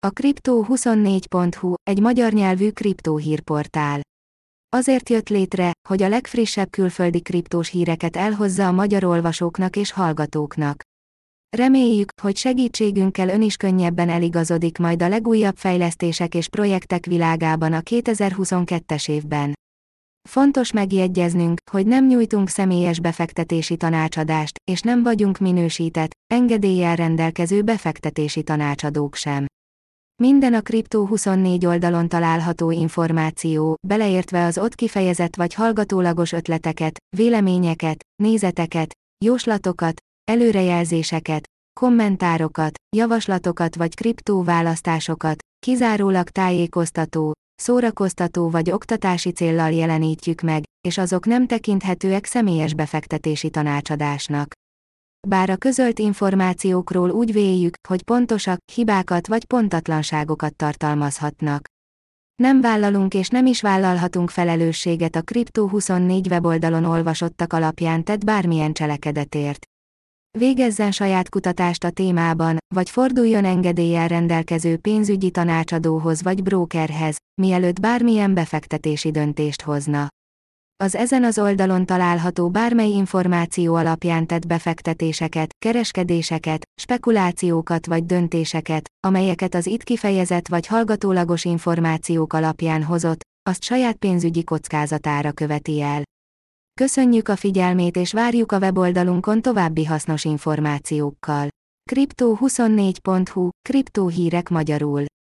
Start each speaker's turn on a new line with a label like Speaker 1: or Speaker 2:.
Speaker 1: A Crypto24.hu egy magyar nyelvű kriptóhírportál. Azért jött létre, hogy a legfrissebb külföldi kriptós híreket elhozza a magyar olvasóknak és hallgatóknak. Reméljük, hogy segítségünkkel ön is könnyebben eligazodik majd a legújabb fejlesztések és projektek világában a 2022-es évben. Fontos megjegyeznünk, hogy nem nyújtunk személyes befektetési tanácsadást, és nem vagyunk minősített, engedéllyel rendelkező befektetési tanácsadók sem. Minden a Crypto24 oldalon található információ, beleértve az ott kifejezett vagy hallgatólagos ötleteket, véleményeket, nézeteket, jóslatokat, előrejelzéseket, kommentárokat, javaslatokat vagy kriptóválasztásokat, kizárólag tájékoztató, szórakoztató vagy oktatási céllal jelenítjük meg, és azok nem tekinthetőek személyes befektetési tanácsadásnak. Bár a közölt információkról úgy véljük, hogy pontosak, hibákat vagy pontatlanságokat tartalmazhatnak. Nem vállalunk és nem is vállalhatunk felelősséget a Crypto24 weboldalon olvasottak alapján tett bármilyen cselekedetért. Végezzen saját kutatást a témában, vagy forduljon engedéllyel rendelkező pénzügyi tanácsadóhoz vagy brókerhez, mielőtt bármilyen befektetési döntést hozna. Az ezen az oldalon található bármely információ alapján tett befektetéseket, kereskedéseket, spekulációkat vagy döntéseket, amelyeket az itt kifejezett vagy hallgatólagos információk alapján hozott, azt saját pénzügyi kockázatára követi el. Köszönjük a figyelmét és várjuk a weboldalunkon további hasznos információkkal. Crypto24.hu, kriptóhírek magyarul.